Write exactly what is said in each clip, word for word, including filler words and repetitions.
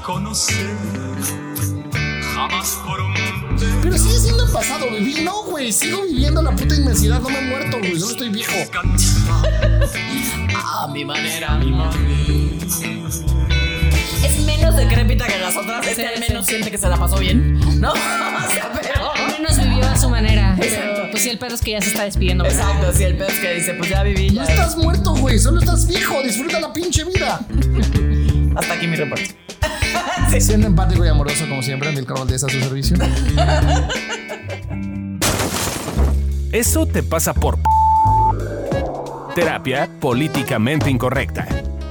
conocer, jamás por un... Pero sigue siendo el pasado, viví. No, güey, sigo viviendo la puta inmensidad. No me he muerto, güey, solo estoy viejo. A mi manera, a mi manera. Es menos decrépita que las otras. Este al menos siente que se la pasó bien, ¿no? O sea, pero... Al menos vivió a su manera. Pero pues sí, el pedo es que ya se está despidiendo. Exacto, sí, el pedo es que dice, pues ya viví. Ya. No estás muerto, güey, solo estás viejo. Disfruta la pinche vida. Hasta aquí mi reporte. Sí. Siendo empático y amoroso como siempre, Amílcar Valdés a su servicio. Eso te pasa por terapia políticamente incorrecta.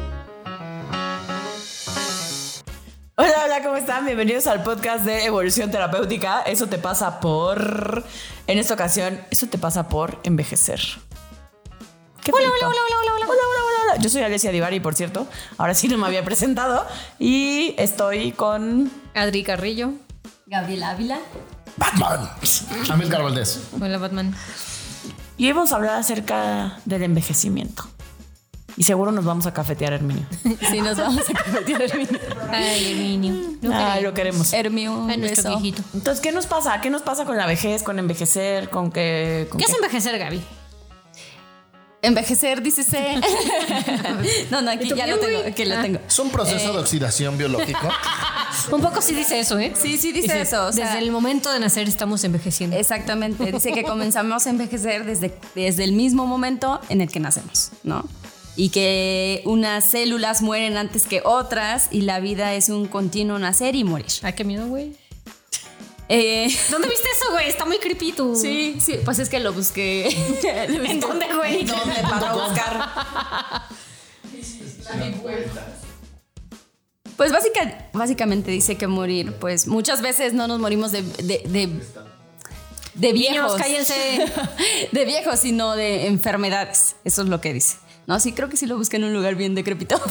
Hola, hola, ¿cómo están? Bienvenidos al podcast de Evolución Terapéutica. Eso te pasa por... En esta ocasión, eso te pasa por envejecer. ¿Qué hola, hola, hola, hola, hola, hola, hola, hola, hola. Yo soy Alessia Divari, por cierto. Ahora sí no me había presentado. Y estoy con... Adri Carrillo. Gabriela Ávila. Batman. Amílcar Valdés. Hola, Batman. Y hoy vamos a hablar acerca del envejecimiento. Y seguro nos vamos a cafetear, Herminio. Sí, nos vamos a cafetear, Herminio. Ay, Herminio. Lo Ay, lo queremos. Herminio, un Ay, nuestro beso. viejito. Entonces, ¿qué nos pasa? ¿Qué nos pasa con la vejez, con envejecer, con qué? Con ¿Qué qué? es envejecer, Gaby? Envejecer, dícese. No, no, aquí ya lo tengo, aquí lo tengo. Es un proceso Eh. de oxidación biológica. Un poco sí dice eso, ¿eh? Sí, sí dice eso, o sea- desde el momento de nacer estamos envejeciendo. Exactamente, dice que comenzamos a envejecer desde, desde el mismo momento en el que nacemos, ¿no? Y que unas células mueren antes que otras y la vida es un continuo nacer y morir. Ay, qué miedo, güey. Eh, ¿Dónde viste eso, güey? Está muy creepy tú. sí, sí, pues es que lo busqué. ¿En dónde, güey? ¿Dónde para buscar? Pues básica, básicamente dice que morir, pues muchas veces no nos morimos de, de, de, de viejos. Niños, cállense. De viejos, sino de enfermedades. Eso es lo que dice. No, sí, creo que sí lo busqué en un lugar bien decrépito.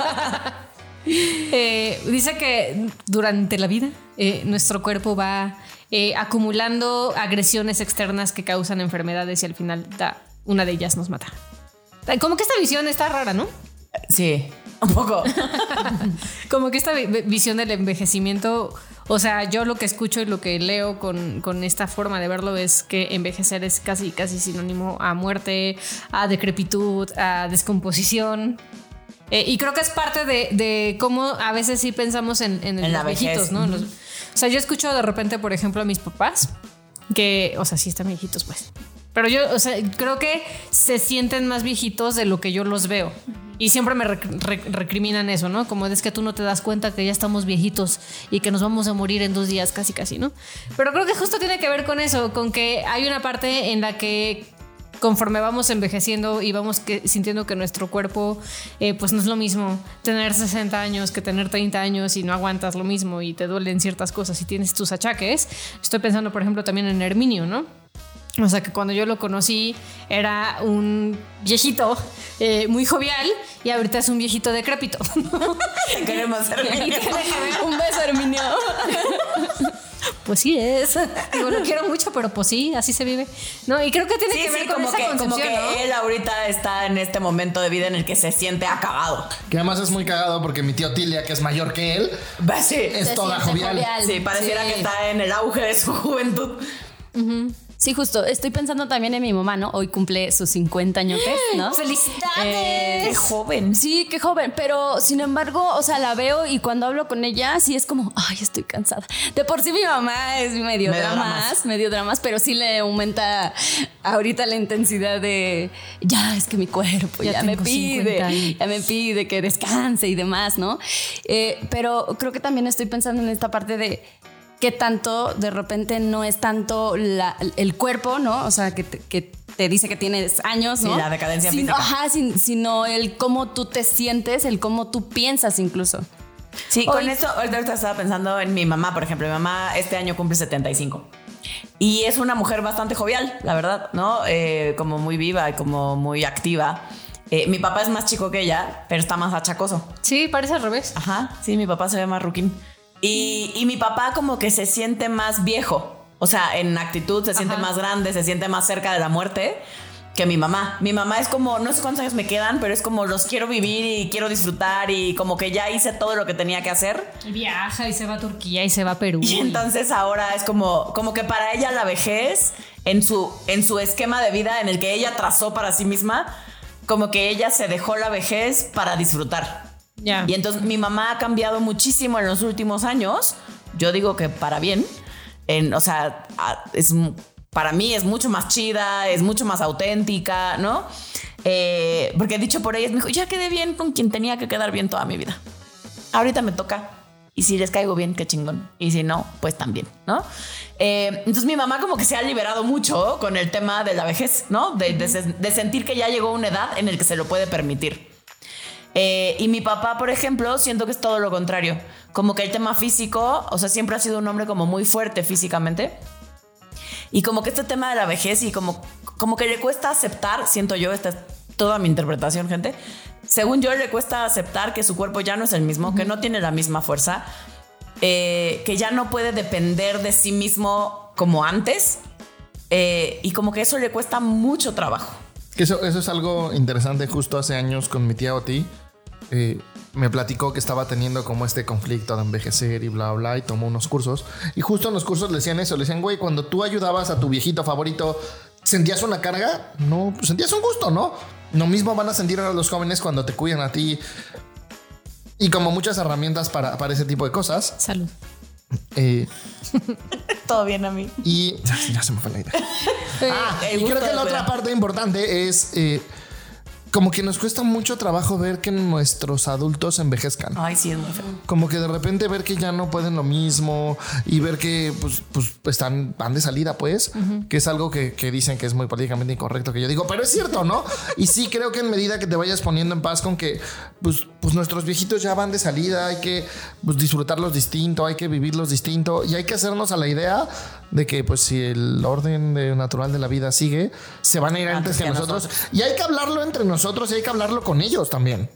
Eh, dice que durante la vida eh, nuestro cuerpo va eh, acumulando agresiones externas que causan enfermedades y al final da, una de ellas nos mata. Como que esta visión está rara, ¿no? Sí, un poco. Como que esta vi- visión del envejecimiento, o sea, yo lo que escucho y lo que leo con, con esta forma de verlo es que envejecer es casi, casi sinónimo a muerte, a decrepitud, a descomposición. Eh, y creo que es parte de, de cómo a veces sí pensamos en, en, En la los vejez. viejitos, ¿no? Los- o sea, yo escucho de repente, por ejemplo, a mis papás que, o sea, sí están viejitos, pues. Pero yo, o sea, creo que se sienten más viejitos de lo que yo los veo. Y siempre me rec- rec- recriminan eso, ¿no? Como es que tú no te das cuenta que ya estamos viejitos y que nos vamos a morir en dos días, casi, casi, ¿no? Pero creo que justo tiene que ver con eso, con que hay una parte en la que conforme vamos envejeciendo y vamos que, sintiendo que nuestro cuerpo eh, pues no es lo mismo tener sesenta años que tener treinta años y no aguantas lo mismo y te duelen ciertas cosas y tienes tus achaques. Estoy pensando, por ejemplo, también en Herminio, ¿no? O sea, que cuando yo lo conocí era un viejito eh, muy jovial y ahorita es un viejito decrépito. Queremos Herminio. Un beso, Herminio. Pues sí es. Digo, lo quiero mucho, pero pues sí, así se vive. No, y creo que tiene Sí, que ver sí, con como esa que, como concepción, que ¿no? él ahorita está en este momento de vida en el que se siente acabado. Que además es muy cagado porque mi tío Tilia, que es mayor que él, Va, sí, es Se toda siente jovial. jovial. sí, pareciera Sí. que está en el auge de su juventud. Sí, justo. Estoy pensando también en mi mamá, ¿no? Hoy cumple sus cincuenta añotes, ¿no? ¡Felicidades! Qué joven. Sí, qué joven, pero sin embargo, o sea, la veo y cuando hablo con ella, sí es como, ay, estoy cansada. De por sí mi mamá es medio, Medio dramas, dramas. medio dramas, pero sí le aumenta ahorita la intensidad de, ya, es que mi cuerpo ya, Ya me tengo cincuenta años. pide, ya me pide que descanse y demás, ¿no? Eh, pero creo que también estoy pensando en esta parte de que tanto de repente no es tanto la- el cuerpo, ¿no? O sea, que te, que te dice que tienes años, ¿no? Sí, la decadencia sino, física. Ajá, sin- sino el cómo tú te sientes, el cómo tú piensas incluso. Sí, Hoy- con esto, ahorita ahorita estaba pensando en mi mamá, por ejemplo. Mi mamá este año cumple setenta y cinco. Y es una mujer bastante jovial, la verdad, ¿no? Eh, como muy viva y como muy activa. Eh, mi papá es más chico que ella, pero está más achacoso. Sí, parece al revés. Ajá, sí, mi papá se ve más ruquín. Y, y mi papá como que se siente más viejo. O sea, en actitud se siente Ajá. más grande, se siente más cerca de la muerte. que mi mamá. Mi mamá es como, no sé cuántos años me quedan, pero es como los quiero vivir y quiero disfrutar y como que ya hice todo lo que tenía que hacer. Y viaja y se va a Turquía y se va a Perú. Y entonces ahora es como, como que para ella la vejez, en su, en su esquema de vida en el que ella trazó para sí misma, como que ella se dejó la vejez para disfrutar. Yeah. Y entonces mi mamá ha cambiado muchísimo en los últimos años. Yo digo que para bien. En, o sea, es... Para mí es mucho más chida, es mucho más auténtica, ¿no? Eh, porque dicho por ella, me dijo, ya quedé bien con quien tenía que quedar bien toda mi vida. Ahorita me toca. Y si les caigo bien, qué chingón. Y si no, pues también, ¿no? Eh, entonces mi mamá como que se ha liberado mucho con el tema de la vejez, ¿no? De, de, de sentir que ya llegó a una edad en la que se lo puede permitir. Eh, y mi papá, por ejemplo, siento que es todo lo contrario. Como que el tema físico, o sea, siempre ha sido un hombre como muy fuerte físicamente. Y como que este tema de la vejez y como, como que le cuesta aceptar, siento yo, esta es toda mi interpretación, gente. Según yo, le cuesta aceptar que su cuerpo ya no es el mismo, uh-huh. que no tiene la misma fuerza, eh, que ya no puede depender de sí mismo como antes. Eh, y como que eso le cuesta mucho trabajo. Que eso, eso es algo interesante. Justo hace años con mi tía Oti, eh, me platicó que estaba teniendo como este conflicto de envejecer y bla, bla, y tomó unos cursos. Y justo en los cursos le decían eso. Le decían, güey, cuando tú ayudabas a tu viejito favorito, ¿sentías una carga? No, pues sentías un gusto, ¿no? Lo mismo van a sentir ahora los jóvenes cuando te cuidan a ti. Y como muchas herramientas para, para ese tipo de cosas. Salud. Eh, Todo bien a mí. Y ya se me fue la idea. ah, y creo que la otra parte importante es... Eh, como que nos cuesta mucho trabajo ver que nuestros adultos envejezcan. Ay, sí, es muy feo. Como que de repente ver que ya no pueden lo mismo y ver que pues, pues están, van de salida, pues, uh-huh. que es algo que, que dicen que es muy políticamente incorrecto, que yo digo, pero es cierto, ¿no? Y sí creo que en medida que te vayas poniendo en paz con que pues, pues nuestros viejitos ya van de salida, hay que pues, disfrutarlos distinto, hay que vivirlos distinto y hay que hacernos a la idea de que pues si el orden de, natural de la vida sigue, se van a ir antes, antes que, que nosotros. nosotros y hay que hablarlo entre nosotros y hay que hablarlo con ellos también.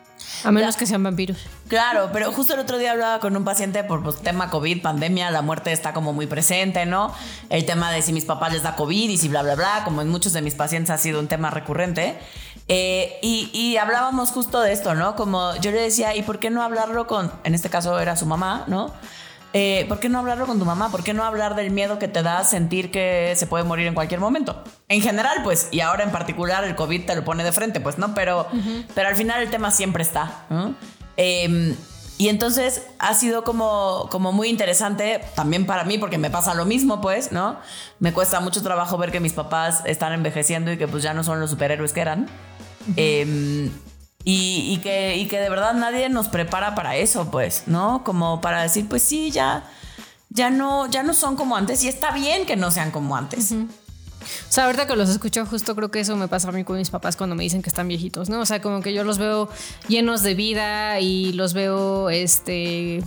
A menos que sean vampiros. Claro, pero justo el otro día hablaba con un paciente por pues, tema COVID, pandemia, la muerte está como muy presente, ¿no? El tema de si mis papás les da COVID y si bla, bla, bla, como en muchos de mis pacientes ha sido un tema recurrente. Eh, y, y hablábamos justo de esto, ¿no? Como yo le decía, ¿y por qué no hablarlo con, en este caso era su mamá, ¿no? Eh, ¿Por qué no hablarlo con tu mamá? ¿Por qué no hablar del miedo que te da sentir que se puede morir en cualquier momento? En general, pues, y ahora en particular el COVID te lo pone de frente, pues, ¿no? Pero, uh-huh. pero al final el tema siempre está, ¿no? Eh, y entonces ha sido como, como muy interesante también para mí, porque me pasa lo mismo, pues, ¿no? Me cuesta mucho trabajo ver que mis papás están envejeciendo y que pues ya no son los superhéroes que eran. Uh-huh. Eh, Y, y, que, y que de verdad nadie nos prepara para eso, pues, ¿no? Como para decir, pues sí, ya, ya, no, ya no son como antes y está bien que no sean como antes. Uh-huh. O sea, ahorita que los escucho, justo creo que eso me pasa a mí con mis papás cuando me dicen que están viejitos, ¿no? O sea, como que yo los veo llenos de vida y los veo este,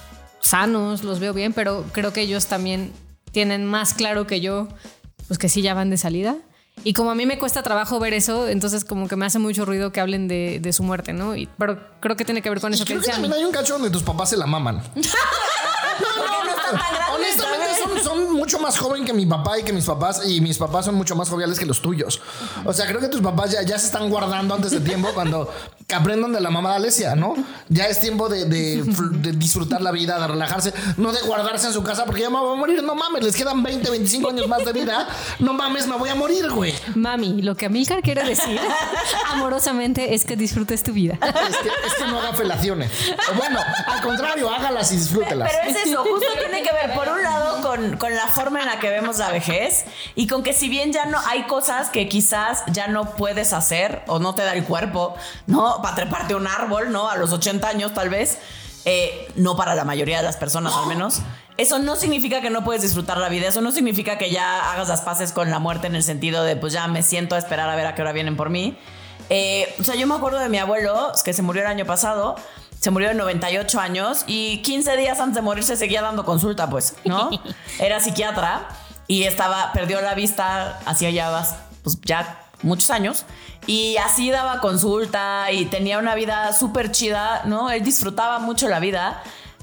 sanos, los veo bien, pero creo que ellos también tienen más claro que yo, pues que sí ya van de salida. Y como a mí me cuesta trabajo ver eso, entonces como que me hace mucho ruido que hablen de, de su muerte, ¿no? Y, pero creo que tiene que ver con eso. Creo que también hay un cacho donde tus papás se la maman. No, no, no, no, honestamente son, son mucho más joven que mi papá y que mis papás, y mis papás son mucho más joviales que los tuyos. O sea, creo que tus papás ya, ya se están guardando antes de tiempo cuando aprendan de la mamá de Alesia, ¿no? Ya es tiempo de, de, de disfrutar la vida, de relajarse, no de guardarse en su casa porque ya me voy a morir. No mames, les quedan veinte, veinticinco años más de vida. No mames, me voy a morir, güey. Mami, lo que Amílcar quiere decir amorosamente es que disfrutes tu vida. Es que, es que no haga felaciones. O bueno, al contrario, hágalas y disfrútelas. Pero es eso, justo tiene que ver, por un lado, con, con la forma en la que vemos la vejez y con que si bien ya no hay cosas que quizás ya no puedes hacer o no te da el cuerpo, ¿no? Para treparte un árbol, ¿no? A los ochenta años tal vez, eh, no para la mayoría de las personas al menos. Eso no significa que no puedes disfrutar la vida, eso no significa que ya hagas las paces con la muerte en el sentido de pues ya me siento a esperar a ver a qué hora vienen por mí. Eh, o sea, yo me acuerdo de mi abuelo, que se murió el año pasado. Se murió de noventa y ocho años y quince días antes de morirse seguía dando consulta, pues, ¿no? Era psiquiatra y estaba, perdió la vista hacía ya, pues, ya muchos años y así daba consulta y tenía una vida súper chida, ¿no? Él disfrutaba mucho la vida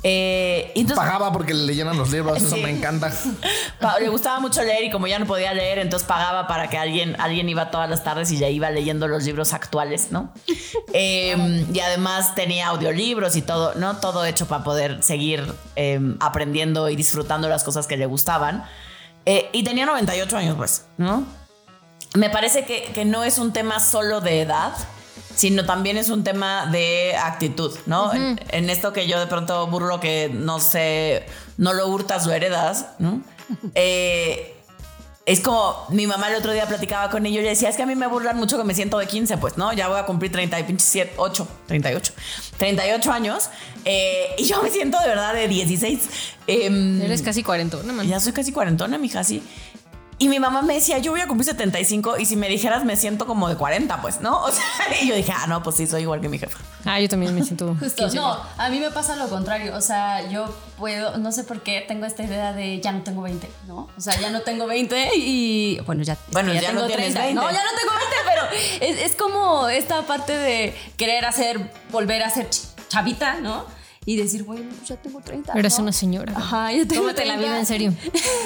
Eh, y entonces, Pagaba porque le leyeran los libros, eso Sí. me encanta. pa- le gustaba mucho leer y como ya no podía leer, entonces pagaba para que alguien, alguien iba todas las tardes y ya iba leyendo los libros actuales, ¿no? Eh, y además tenía audiolibros y todo, ¿no? Todo hecho para poder seguir eh, aprendiendo y disfrutando las cosas que le gustaban. Eh, y tenía noventa y ocho años, pues, ¿no? Me parece que, que no es un tema solo de edad, sino también es un tema de actitud, ¿no? Uh-huh. en, en esto que yo de pronto burlo que no sé, no lo hurtas, lo heredas, ¿no? eh, es como mi mamá el otro día platicaba con ella y le decía, es que a mí me burlan mucho que me siento de quince, pues, ¿no? Ya voy a cumplir treinta y ocho, treinta y ocho, treinta y ocho años eh, y yo me siento de verdad de dieciséis. Eh, Eres casi cuarentona, man. Ya soy casi cuarentona, mija, sí. Y mi mamá me decía, yo voy a cumplir setenta y cinco y si me dijeras me siento como de cuarenta, pues, ¿no? O sea, y yo dije, ah, no, pues sí, soy igual que mi jefa. Ah, yo también me siento... Justo, no, a mí me pasa lo contrario, o sea, yo puedo, no sé por qué tengo esta idea de ya no tengo veinte, ¿no? O sea, ya no tengo veinte y, bueno, ya, bueno, ya, ya tengo no tienes treinta. veinte. No, ya no tengo veinte, pero es, es como esta parte de querer hacer, volver a ser chavita, ¿no? Y decir, bueno, pues ya tengo treinta. Eres ¿no? una señora. Ajá, ya tengo Tómate treinta. la vida en serio.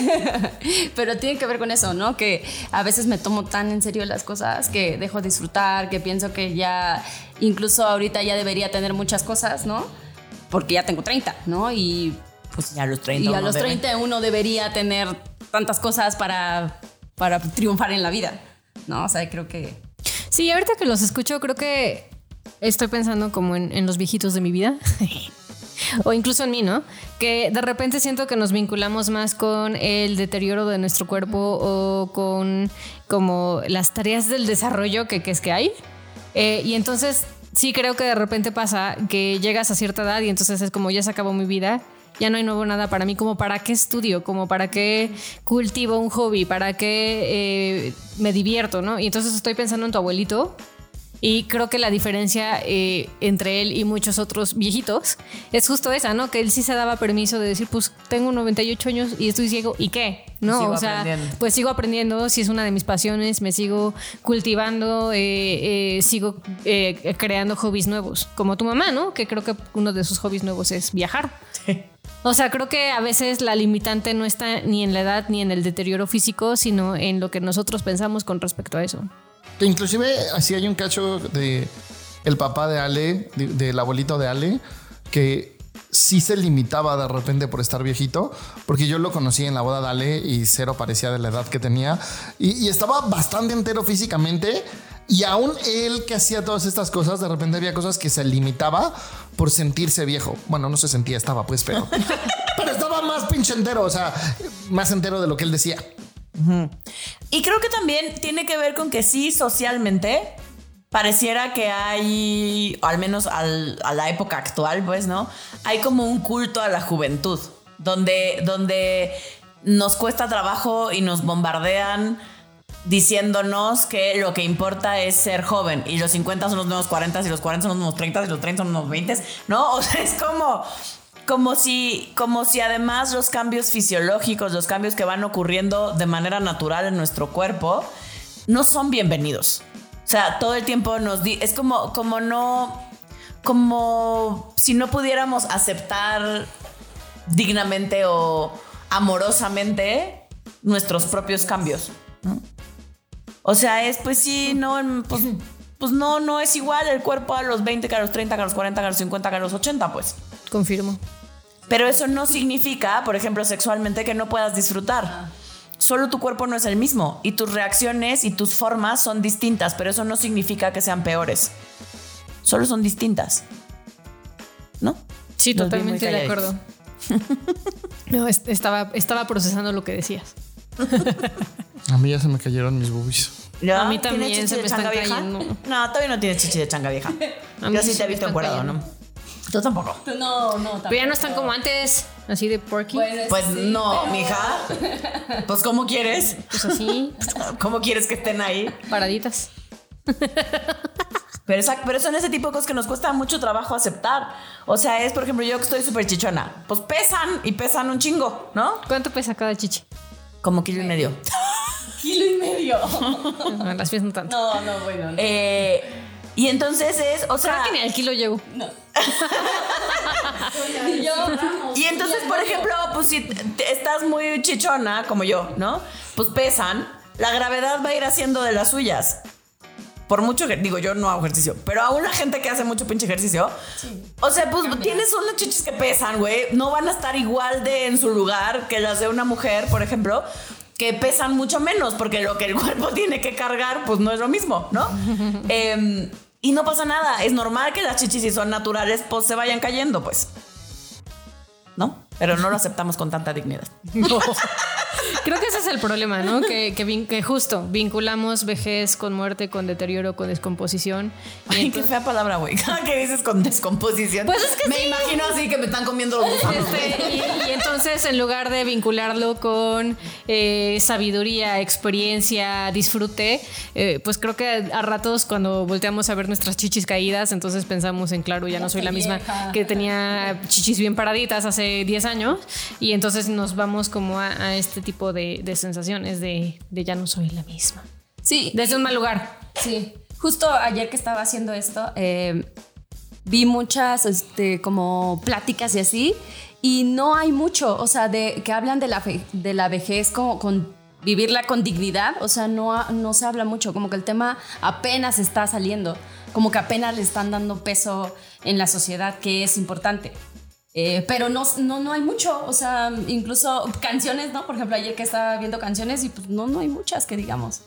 Pero tiene que ver con eso, ¿no? Que a veces me tomo tan en serio las cosas que dejo de disfrutar, que pienso que ya, incluso ahorita ya debería tener muchas cosas, ¿no? Porque ya tengo treinta, ¿no? Y pues ya a los treinta. Y a los treinta debe. Uno debería tener tantas cosas para, para triunfar en la vida, ¿no? O sea, creo que... Sí, ahorita que los escucho, creo que estoy pensando como en, en los viejitos de mi vida. O incluso en mí, ¿no? Que de repente siento que nos vinculamos más con el deterioro de nuestro cuerpo o con como las tareas del desarrollo que, que es que hay. Eh, y entonces sí creo que de repente pasa que llegas a cierta edad y entonces es como ya se acabó mi vida, ya no hay nuevo nada para mí, como para qué estudio, como para qué cultivo un hobby, para qué eh, me divierto, ¿no? Y entonces estoy pensando en tu abuelito. Y creo que la diferencia eh, entre él y muchos otros viejitos es justo esa, ¿no? Que él sí se daba permiso de decir, pues tengo noventa y ocho años y estoy ciego, ¿y qué? No, sigo o sea, aprendiendo. pues sigo aprendiendo, si es una de mis pasiones, me sigo cultivando, eh, eh, sigo eh, creando hobbies nuevos, como tu mamá, ¿no? Que creo que uno de sus hobbies nuevos es viajar. Sí. O sea, creo que a veces la limitante no está ni en la edad ni en el deterioro físico, sino en lo que nosotros pensamos con respecto a eso. Que inclusive así hay un cacho de el papá de Ale, de, del abuelito de Ale, que sí se limitaba de repente por estar viejito, porque yo lo conocí en la boda de Ale y cero parecía de la edad que tenía y, y estaba bastante entero físicamente. Y aún él que hacía todas estas cosas, de repente había cosas que se limitaba por sentirse viejo. Bueno, no se sentía, estaba pues, pero, pero estaba más pinche entero, o sea, más entero de lo que él decía. Uh-huh. Y creo que también tiene que ver con que sí, socialmente pareciera que hay, o al menos al, a la época actual, pues, ¿no? Hay como un culto a la juventud, donde, donde nos cuesta trabajo y nos bombardean diciéndonos que lo que importa es ser joven y los cincuenta son los nuevos cuarenta y los cuarenta son los nuevos treinta y los treinta son los nuevos veinte, ¿no? O sea, es como... Como si, como si además los cambios fisiológicos, los cambios que van ocurriendo de manera natural en nuestro cuerpo, no son bienvenidos. O sea, todo el tiempo nos di- es como, como no, como si no pudiéramos aceptar dignamente o amorosamente nuestros propios cambios, ¿no? O sea, es pues sí, no, pues, pues no, no es igual el cuerpo a los veinte, que a los treinta, que a los cuarenta, que a los cincuenta, que a los ochenta, pues. Confirmo. Pero eso no significa, por ejemplo, sexualmente, que no puedas disfrutar. Solo tu cuerpo no es el mismo y tus reacciones y tus formas son distintas, pero eso no significa que sean peores. Solo son distintas, ¿no? Sí, Nos vi totalmente muy de acuerdo. No, est- estaba, estaba procesando lo que decías. A mí ya se me cayeron mis boobies. ¿Ya? A mí ¿Tienes también chichi se de me están changa vieja? cayendo. No, todavía no tienes chichi de changa vieja. A mí Yo sí sí te he me visto están encuerado, cayendo. ¿no? Tú tampoco. No, no, Pero ya no están como antes, así de porky. Bueno, Pues sí, no, pero- mija. Pues ¿cómo quieres? Pues así, ¿Cómo quieres que estén ahí? paraditas. Pero, esa, pero son ese tipo de cosas que nos cuesta mucho trabajo aceptar. O sea, es, por ejemplo, yo que estoy súper chichona. Pues pesan y pesan un chingo, ¿no? ¿Cuánto pesa cada chichi? Como kilo y medio. Kilo y medio. No, las pies no tanto. No, no, bueno. No. Eh, y entonces es, o sea... Creo que ni al kilo llego. No. Y entonces, por ejemplo, pues si te- estás muy chichona, como yo, ¿no? Pues pesan, la gravedad va a ir haciendo de las suyas. Por mucho que, digo, yo no hago ejercicio, pero aún la gente que hace mucho pinche ejercicio, sí. O sea, pues Cambia. Tienes unas chichis que pesan, güey, no van a estar igual de en su lugar que las de una mujer, por ejemplo, que pesan mucho menos, porque lo que el cuerpo tiene que cargar, pues no es lo mismo, ¿no? eh, y no pasa nada, es normal que las chichis, si son naturales, pues se vayan cayendo, pues. ¿No? Pero no lo aceptamos con tanta dignidad. No. Creo que ese es el problema, ¿no? Que, que, vin- que justo vinculamos vejez con muerte, con deterioro, con descomposición. Y Ay, entonces, qué fea palabra, güey. ¿Qué dices con descomposición? Pues es que me sí. imagino así que me están comiendo los gusanos. Este, y, y entonces, en lugar de vincularlo con eh, sabiduría, experiencia, disfrute, eh, pues creo que a ratos cuando volteamos a ver nuestras chichis caídas, entonces pensamos en, claro, ya no soy la misma que tenía chichis bien paraditas hace diez años, y entonces nos vamos como a, a este tipo de, de sensaciones de, de ya no soy la misma. Sí. Desde un mal lugar. Sí. Justo ayer que estaba haciendo esto, eh, vi muchas este, como pláticas y así, y no hay mucho, o sea, de que hablan de la, fe, de la vejez como con vivirla con dignidad, o sea, no, no se habla mucho, como que el tema apenas está saliendo, como que apenas le están dando peso en la sociedad, que es importante. Eh, pero no, no, no hay mucho, o sea, incluso canciones, ¿no? Por ejemplo, ayer que estaba viendo canciones y pues no, no hay muchas que digamos.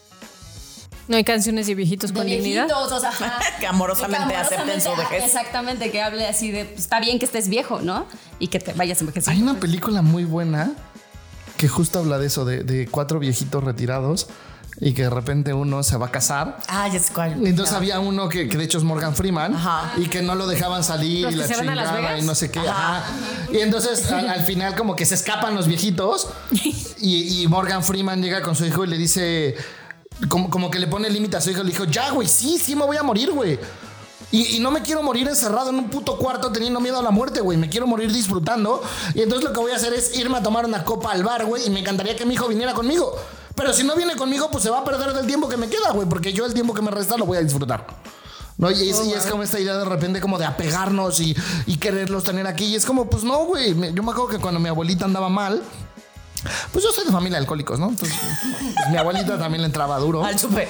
No hay canciones de viejitos De con dignidad. viejitos, o sea, ajá, que amorosamente, que amorosamente acepten su vejez. Exactamente, que hable así de, pues, está bien que estés viejo, ¿no? Y que te vayas envejeciendo. Hay una película muy buena que justo habla de eso, de, de cuatro viejitos retirados y que de repente uno se va a casar. Ah, ya sé cuál. Y entonces había uno que, que de hecho es Morgan Freeman. Ajá. Y que no lo dejaban salir ¿Los y que la se van a Las chingada Vegas? y no sé qué. Ajá. Ajá. Y entonces al, al final como que se escapan los viejitos y, y Morgan Freeman llega con su hijo y le dice, como, como que le pone límite a su hijo, le dijo, ya güey, sí, sí me voy a morir, güey. Y, y no me quiero morir encerrado en un puto cuarto teniendo miedo a la muerte, güey. Me quiero morir disfrutando. Y entonces lo que voy a hacer es irme a tomar una copa al bar, güey. Y me encantaría que mi hijo viniera conmigo. Pero si no viene conmigo, pues se va a perder del tiempo que me queda, güey. Porque yo el tiempo que me resta lo voy a disfrutar. ¿No? Y es, y es como esta idea de repente como de apegarnos y, y quererlos tener aquí. Y es como, pues no, güey. Yo me acuerdo que cuando mi abuelita andaba mal, pues yo soy de familia de alcohólicos, ¿no? Entonces, pues mi abuelita también le entraba duro. Al chupe.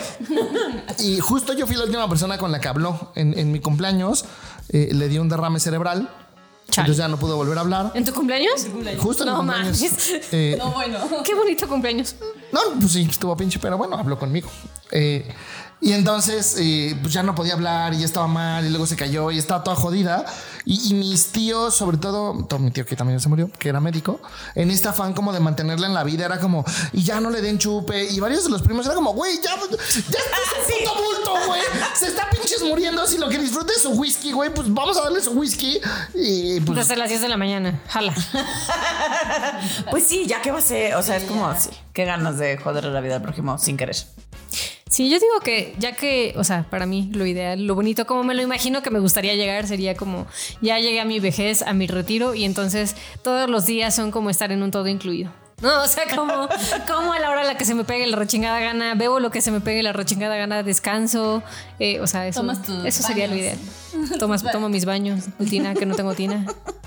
Y justo yo fui la última persona con la que habló en, en mi cumpleaños. Eh, le dio un derrame cerebral. Chale. Entonces ya no pudo volver a hablar. ¿En tu cumpleaños? Justo en No mi cumpleaños. mames. Eh, No, bueno. Qué bonito cumpleaños. no, pues sí, estuvo pinche, pero bueno, habló conmigo. Eh, y entonces, eh, pues ya no podía hablar y ya estaba mal y luego se cayó y estaba toda jodida. Y, y mis tíos, sobre todo, todo mi tío que también se murió, que era médico, en este afán como de mantenerla en la vida, era como, y ya no le den chupe. Y varios de los primos era como, güey, ya, ya está ese puto bulto, güey. Se está pinches muriendo. Si lo que disfrute es su whisky, güey, pues vamos a darle su whisky. Y pues. Desde las diez de la mañana. Jala. Pues sí, ya que va a ser. O sea, es como así. Qué ganas de joder la vida al prójimo sin querer. Sí, yo digo que ya que, o sea, para mí lo ideal, lo bonito, como me lo imagino que me gustaría llegar, sería como, ya llegué a mi vejez, a mi retiro, y entonces todos los días son como estar en un todo incluido. No, o sea, como, como a la hora a la que se me pegue la rechingada gana, bebo lo que se me pegue la rechingada gana, descanso, eh, o sea, eso, Tomas tus eso sería lo baños. ideal. Tomas, tomo mis baños, tina, que no tengo tina.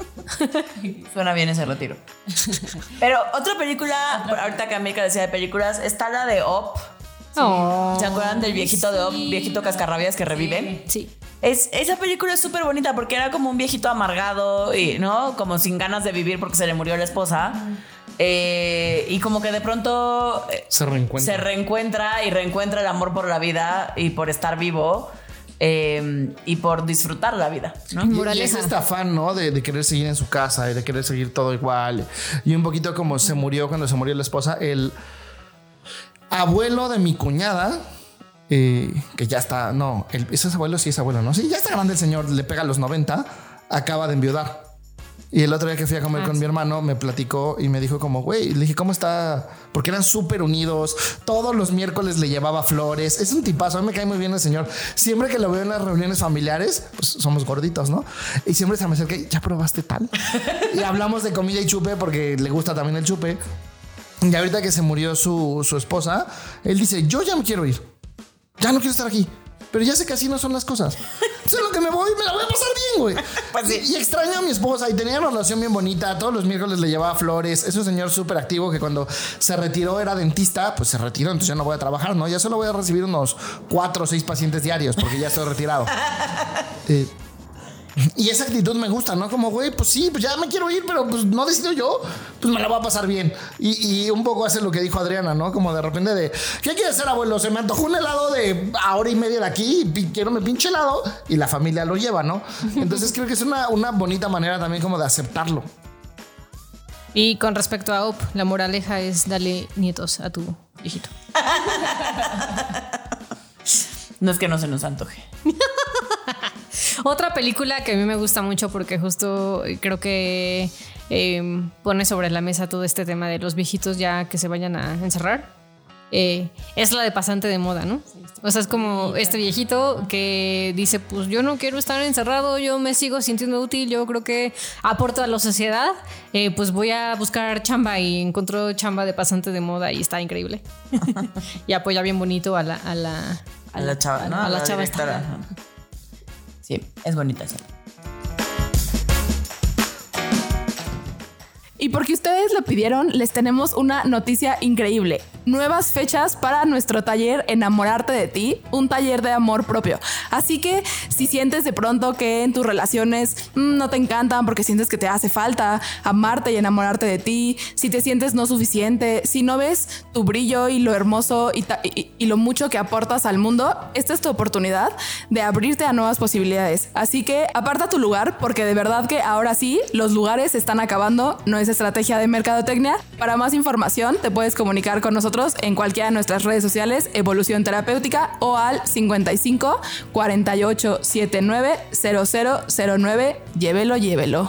Suena bien ese retiro. Pero otra película, ahorita que América decía de películas, está la de Up. Oh, ¿Se acuerdan del viejito de Up, viejito cascarrabias que revive? sí. Es, esa película es súper bonita porque era como un viejito amargado y, ¿no? Como sin ganas de vivir porque se le murió la esposa. Eh, y como que de pronto eh, Se reencuentra. se reencuentra y reencuentra el amor por la vida y por estar vivo eh, y por disfrutar la vida, ¿no? Y- Y, es Moraleja. este afán, ¿no? De, de querer seguir en su casa y de querer seguir todo igual. Y un poquito como se murió cuando se murió la esposa, el abuelo de mi cuñada, eh, que ya está, no, el, ¿ese es abuelo? Sí, es abuelo, ¿no? Sí, ya está grande el señor, le pega a los noventa, acaba de enviudar. Y el otro día que fui a comer Ah, con sí. mi hermano me platicó y me dijo como, güey, le dije, ¿cómo está? Porque eran súper unidos. Todos los miércoles le llevaba flores. Es un tipazo. A mí me cae muy bien el señor. Siempre que lo veo en las reuniones familiares, pues somos gorditos, ¿no? Y siempre se me acerca y, ¿ya probaste tal? Y hablamos de comida y chupe porque le gusta también el chupe. Y ahorita que se murió su, su esposa, él dice, yo ya me quiero ir. Ya no quiero estar aquí. pero ya sé que así no son las cosas. Entonces lo que me voy, me la voy a pasar bien, güey. Pues sí. Y extraño a mi esposa y tenía una relación bien bonita. Todos los miércoles le llevaba flores. Es un señor súper activo que cuando se retiró era dentista, pues se retiró, entonces ya no voy a trabajar, ¿no? Ya solo voy a recibir unos cuatro o seis pacientes diarios porque ya estoy retirado. eh, Y esa actitud me gusta, ¿no? Como, güey, pues sí, pues ya me quiero ir, pero pues no decido yo, pues me la voy a pasar bien. Y, y un poco hace lo que dijo Adriana, ¿no? Como de repente de, ¿qué quieres hacer, abuelo? Se me antojó un helado de a hora y media de aquí, y quiero mi pinche helado, y la familia lo lleva, ¿no? Entonces creo que es una, una bonita manera también como de aceptarlo. Y con respecto a Up, la moraleja es darle nietos a tu viejito. No es que no se nos antoje. Otra película que a mí me gusta mucho porque justo creo que eh, pone sobre la mesa todo este tema de los viejitos ya que se vayan a encerrar. Eh, es la de Pasante de Moda, ¿no? O sea, es como este viejito que dice, pues yo no quiero estar encerrado, yo me sigo sintiendo útil, yo creo que aporto a la sociedad, eh, pues voy a buscar chamba y encontró chamba de pasante de moda y está increíble. Y apoya bien bonito a la... A la, A la chava, ¿no? A la, chava directora. esta. Sí, es bonita esa. Y porque ustedes lo pidieron, les tenemos una noticia increíble. Nuevas fechas para nuestro taller Enamorarte de ti, un taller de amor propio. Así que si sientes de pronto que en tus relaciones mmm, no te encantan porque sientes que te hace falta amarte y enamorarte de ti, si te sientes no suficiente, si no ves tu brillo y lo hermoso y, ta- y, y lo mucho que aportas al mundo, esta es tu oportunidad de abrirte a nuevas posibilidades. Así que aparta tu lugar porque de verdad que ahora sí, los lugares se están acabando, no es estrategia de mercadotecnia. Para más información te puedes comunicar con nosotros en cualquiera de nuestras redes sociales, Evolución Terapéutica, o al cincuenta y cinco, cuarenta y ocho, setenta y nueve, cero cero cero nueve. Llévelo, llévelo.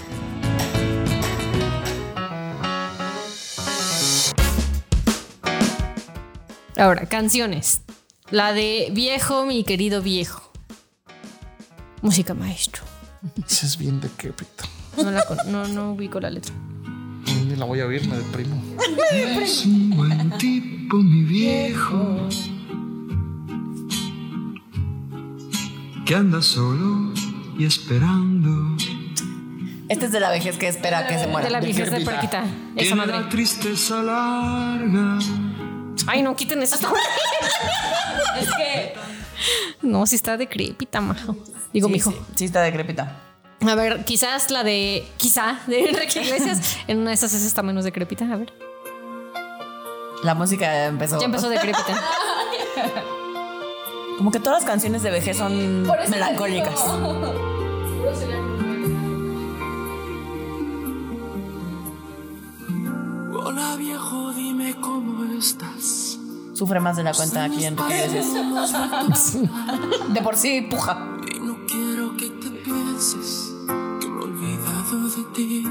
Ahora, canciones. La de Viejo, mi querido viejo. Música maestro. Eso es bien decrépito. No, la con- no, no ubico la letra. Ni la voy a oír, me deprimo. Es un buen tipo, mi viejo, que anda solo y esperando. Este es de la vejez que espera que se muera. De la vejez de Perquita. Esa Tiene madre. la tristeza larga. Ay, no, quiten esa. Es que No, si está decrépita, majo. Digo, Sí, mijo. sí, sí está decrépita. A ver, quizás la de. Quizá, de Enrique Iglesias. En una de esas es está menos decrépita. A ver. La música ya empezó. Ya empezó decrépita. Como que todas las canciones de vejez son melancólicas. Hola viejo, dime cómo estás. Sufre más de la cuenta aquí en Enrique Iglesias. De por sí puja. Y no quiero que te pienses que me he olvidado de ti.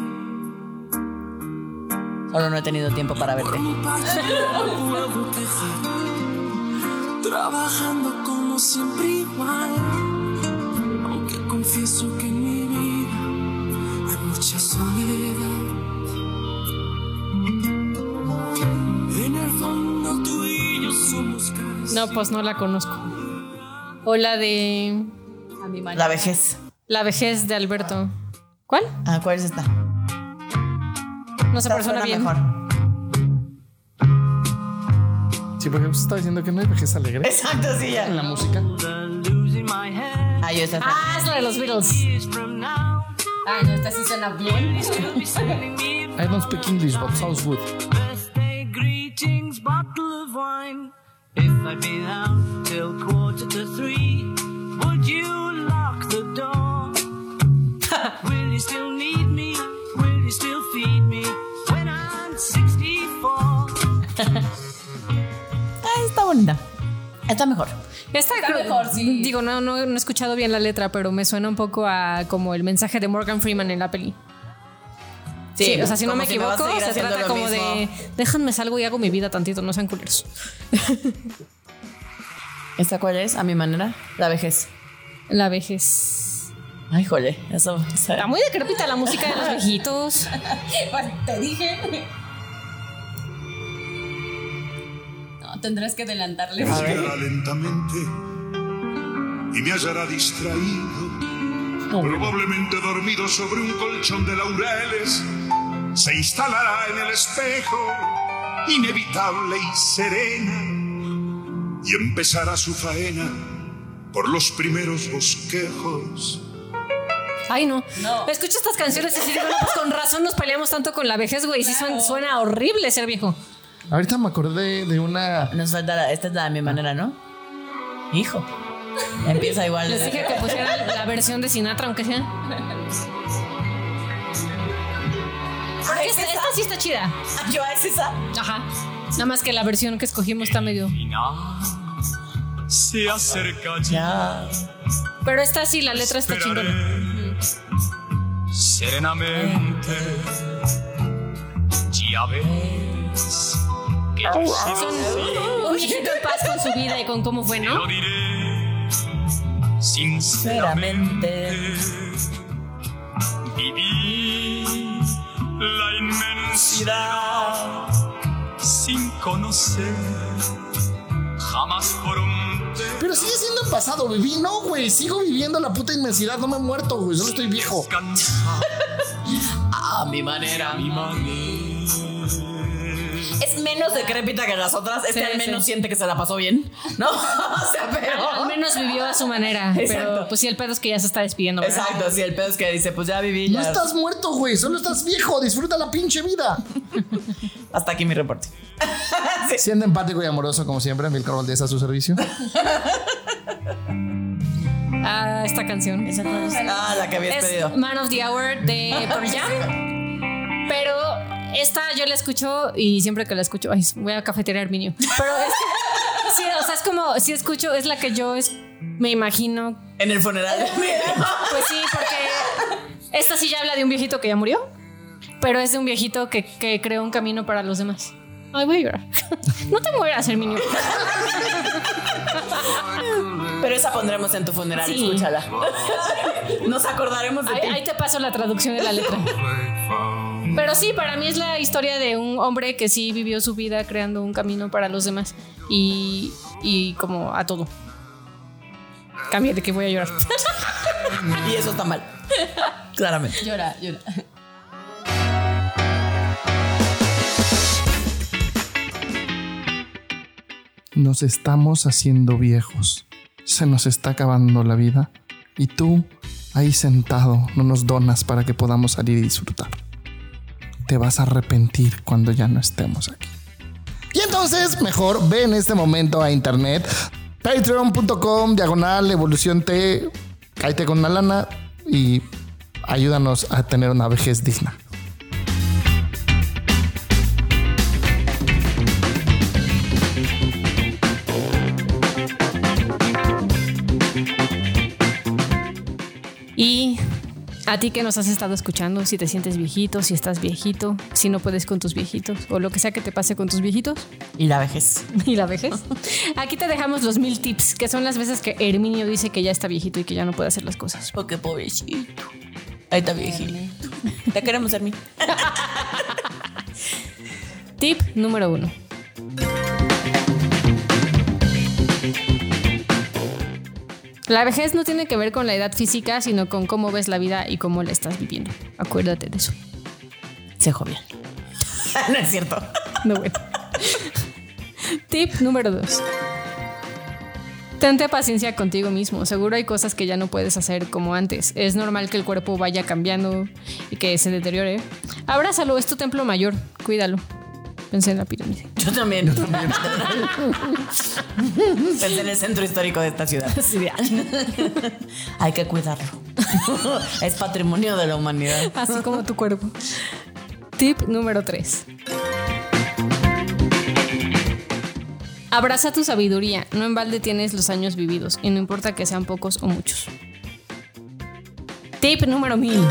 Solo no he tenido tiempo para verte. Como parte no puedo dejar, trabajando como siempre igual. Aunque confieso que en mi vida hay mucha soledad. En el fondo tú y yo somos caras. No, pues no la conozco. O la de. a mi manera. La vejez. La vejez de Alberto. ¿Cuál? Ah, ¿cuál es esta? No se Esta persona suena bien. mejor. Sí, porque usted está diciendo que no hay vejez alegre Exacto, sí, ya. en la música. Ah, yo esta. Ah, es la de los Beatles. Ay, no, esta sí suena bien. I don't speak English, but sounds good. Birthday greetings, bottle of wine. If I'd been out till quarter to three, would you lock the door? Will you still need me? Will you still feed me when I'm sixty-four? Ah, está bonita. Está mejor. Esta, mejor, sí. Digo, no, no, no he escuchado bien la letra, pero me suena un poco a como el mensaje de Morgan Freeman en la peli. Sí, o sea, si no como me si me vas a equivoco, seguir se haciendo trata lo como mismo. de déjanme salgo y hago mi vida tantito, no sean culeros. ¿Esta cuál es? A mi manera. La vejez. La vejez. Ay, jole. Eso. o sea, Está muy decrépita la música de los viejitos. Te dije. No, tendrás que adelantarle. A ver. Lentamente y me hallará distraído, probablemente dormido sobre un colchón de laureles. Se instalará en el espejo, inevitable y serena, y empezará su faena por los primeros bosquejos. Ay, no. no. Escucho estas canciones y digo, no, pues con razón nos peleamos tanto con la vejez, güey. Sí suena, suena horrible ser viejo. Ahorita me acordé de una... Nos falta la, esta es la de mi manera, ¿no? Hijo. Empieza igual. Les dije que pusieran la versión de Sinatra, aunque sea. Ah, ¿es esta, esa? esta sí está chida. ¿Yo es esa? Ajá. Nada más que la versión que escogimos está medio... Se acerca ya. Pero esta sí, la letra está chingona. Serenamente, ya ves que yo son un viejito en paz con su vida y con cómo fue, ¿no? lo diré sinceramente. Viví la inmensidad sin conocer jamás por un... Pero sigue siendo el pasado, viví. No, güey, sigo viviendo la puta inmensidad. No me he muerto, güey, solo estoy viejo. A mi manera. Mi manera. Es menos decrépita que las otras. Este Sí, al menos sí. siente que se la pasó bien, ¿no? O sea, pero... Al, al menos vivió a su manera. Exacto. Pero pues sí, el pedo es que ya se está despidiendo, ¿verdad? Exacto, sí, el pedo es que dice, pues ya viví, ya. No estás muerto, güey, solo estás viejo. Disfruta la pinche vida. Hasta aquí mi reporte. Sí. Siendo empático y amoroso, como siempre, Milcar Valdés a su servicio. Ah, esta canción. ¿Esa cuál es? Ah, la que habías Es pedido. Man of the Hour de Pearl Jam. Pero esta yo la escucho y siempre que la escucho, ay, voy a cafetería Herminio. Pero es que, sí, o sea, es como, si escucho, es la que yo es, me imagino. En el funeral. Pues sí, porque esta sí ya habla de un viejito que ya murió, pero es de un viejito que, que creó un camino para los demás. Ay, voy a llorar. No te mueras, Herminio. Pero esa pondremos en tu funeral, Sí. escúchala. Nos acordaremos de Ahí, ti. ahí te paso la traducción de la letra. Pero sí, para mí es la historia de un hombre que sí vivió su vida creando un camino para los demás. Y, y como a todo. Cambia de que voy a llorar. Y eso está mal. Claramente. Llora, llora. Nos estamos haciendo viejos. Se nos está acabando la vida. Y tú, ahí sentado, no nos donas para que podamos salir y disfrutar. Te vas a arrepentir cuando ya no estemos aquí. Y entonces, mejor ve en este momento a internet. Patreon punto com, diagonal, evolución T. Cállate con una lana y ayúdanos a tener una vejez digna. Y a ti que nos has estado escuchando, si te sientes viejito, si estás viejito, si no puedes con tus viejitos o lo que sea que te pase con tus viejitos Y la vejez. y la vejez. Aquí te dejamos los mil tips, que son las veces que Herminio dice que ya está viejito y que ya no puede hacer las cosas. Porque pobrecito. Ahí está viejito. Te queremos, Hermi. Tip número uno. La vejez no tiene que ver con la edad física, sino con cómo ves la vida y cómo la estás viviendo. Acuérdate de eso. Se jovial. No es cierto. No, bueno. Tip número dos. Tente paciencia contigo mismo. Seguro hay cosas que ya no puedes hacer como antes. Es normal que el cuerpo vaya cambiando y que se deteriore. Abrázalo, es tu templo mayor. Cuídalo. Pensé en la pirámide. Yo también. Yo también. Pensé en el centro histórico de esta ciudad. Sí, ya. Hay que cuidarlo. Es patrimonio de la humanidad. Así como tu cuerpo. Tip número tres. Abraza tu sabiduría. No en balde tienes los años vividos y no importa que sean pocos o muchos. Tip número mil.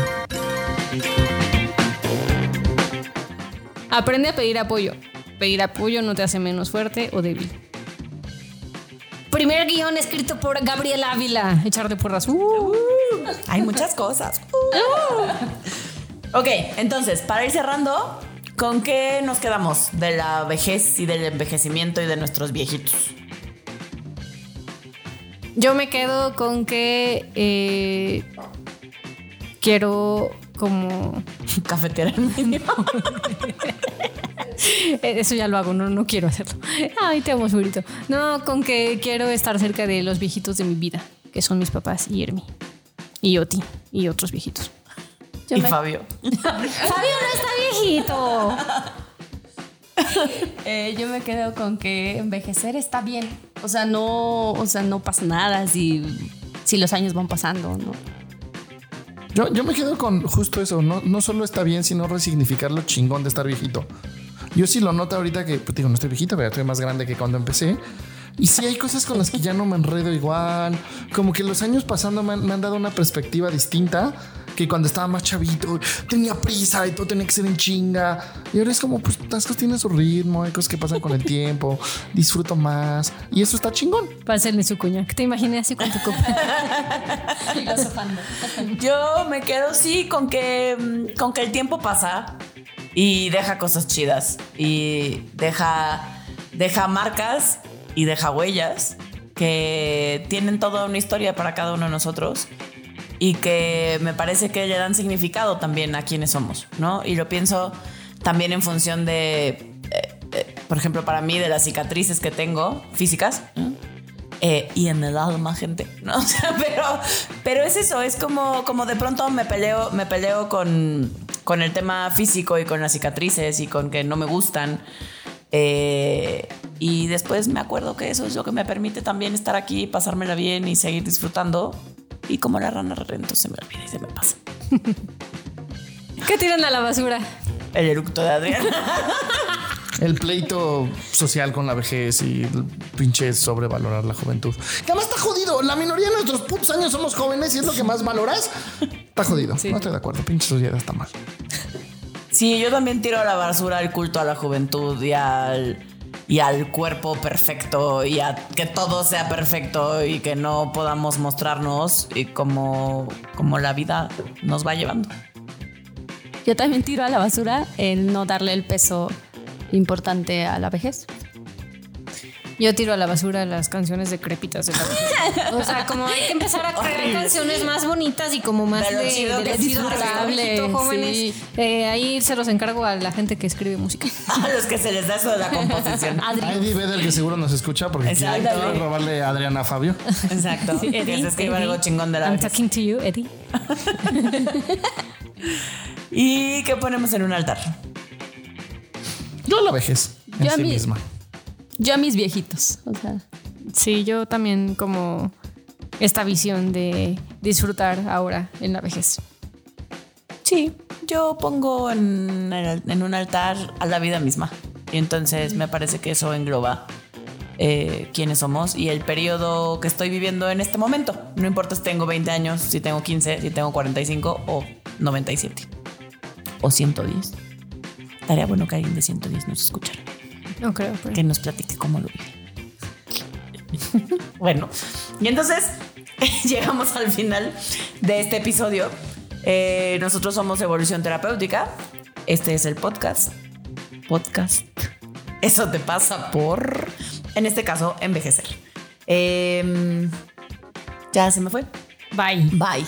Aprende a pedir apoyo. Pedir apoyo no te hace menos fuerte o débil. Primer guión escrito por Gabriel Ávila. Echar de porras. Uh. Hay muchas cosas. Uh. Ok, entonces, para ir cerrando, ¿con qué nos quedamos de la vejez y del envejecimiento y de nuestros viejitos? Yo me quedo con que eh, quiero como Cafetear el medio. Eso ya lo hago, no, no quiero hacerlo. Ay, te amo, segurito. No, con que quiero estar cerca de los viejitos de mi vida, que son mis papás y Hermi. Y Oti. Y otros viejitos. Yo y me... Fabio. Fabio no está viejito. eh, yo me quedo con que envejecer está bien. O sea, no, o sea, no pasa nada si, si los años van pasando, ¿no? Yo, yo me quedo con justo eso. No, no solo está bien, sino resignificar lo chingón de estar viejito. Yo sí lo noto ahorita que, pues digo, no estoy viejito, pero estoy más grande que cuando empecé. Y sí hay cosas con las que ya no me enredo igual. Como que los años pasando me han, me han dado una perspectiva distinta que cuando estaba más chavito. Tenía prisa y todo tenía que ser en chinga. Y ahora es como, pues las cosas tienen su ritmo. Hay cosas que pasan con el tiempo. Disfruto más. Y eso está chingón. Pásenle su cuña. Que te imaginé así con tu copa. Yo me quedo sí con que, con que el tiempo pasa y deja cosas chidas. Y deja, deja marcas y deja huellas que tienen toda una historia para cada uno de nosotros y que me parece que le dan significado también a quienes somos, ¿no? Y lo pienso también en función de, eh, eh, por ejemplo, para mí, de las cicatrices que tengo físicas, ¿no? eh, y en el alma, gente, ¿no? O sea, pero, pero es eso, es como, como de pronto me peleo, me peleo con, con el tema físico y con las cicatrices y con que no me gustan. Eh, y después me acuerdo que eso es lo que me permite también estar aquí, pasármela bien y seguir disfrutando. Y como la rana rento se me olvida y se me pasa. ¿Qué tiran a la basura? El eructo de Adrián. El pleito social con la vejez y el pinche sobrevalorar la juventud. Que además está jodido. La minoría de nuestros putos años somos jóvenes y es lo que más valoras. Está jodido. Sí. No estoy de acuerdo. Pinche sociedad está mal. Sí, yo también tiro a la basura el culto a la juventud y al, y al cuerpo perfecto y a que todo sea perfecto y que no podamos mostrarnos y como, como la vida nos va llevando. Yo también tiro a la basura el no darle el peso importante a la vejez. Yo tiro a la basura las canciones decrépitas de la vejez. O sea, como hay que empezar a crear horrible, canciones sí, más bonitas y como más de, de, de, de disfrutable, jóvenes. Sí. Eh, ahí se los encargo a la gente que escribe música. A los que se les da eso de la composición. Eddie Vedder, que seguro nos escucha porque quiere robarle a Adriana a Fabio. Exacto. Sí, Eddie, que se escriba algo chingón de la I'm vejez. talking to you, Eddie. ¿Y qué ponemos en un altar? Yo la vejez en yo sí a mí, misma. Yo a mis viejitos. O sea. Sí, yo también como esta visión de disfrutar ahora en la vejez. Sí, yo pongo en, el, en un altar a la vida misma. Y entonces me parece que eso engloba eh, quiénes somos y el periodo que estoy viviendo en este momento. No importa si tengo veinte años, si tengo quince, si tengo cuarenta y cinco o noventa y siete. O ciento diez. Estaría bueno que alguien de ciento diez nos escuchara. No creo. Pero... que nos platique cómo lo vive. Bueno, y entonces llegamos al final de este episodio. Eh, nosotros somos Evolución Terapéutica. Este es el podcast. Podcast. Eso te pasa por, en este caso, envejecer. Eh, ya se me fue. Bye. Bye.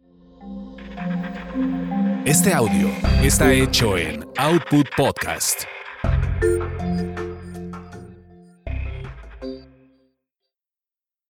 Este audio está hecho en Output Podcast.